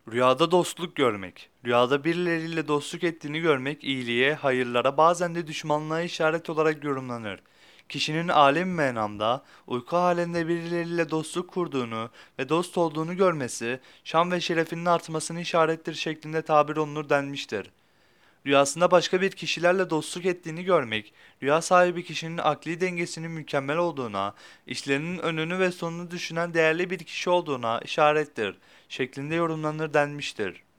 Rüyada dostluk görmek. Rüyada birileriyle dostluk ettiğini görmek iyiliğe, hayırlara, bazen de düşmanlığa işaret olarak yorumlanır. Kişinin alem menamda, uyku halinde birileriyle dostluk kurduğunu ve dost olduğunu görmesi, şan ve şerefinin artmasını işarettir şeklinde tabir olunur denmiştir. Rüyasında başka bir kişilerle dostluk ettiğini görmek, rüya sahibi kişinin akli dengesinin mükemmel olduğuna, işlerinin önünü ve sonunu düşünen değerli bir kişi olduğuna işarettir şeklinde yorumlanır denmiştir.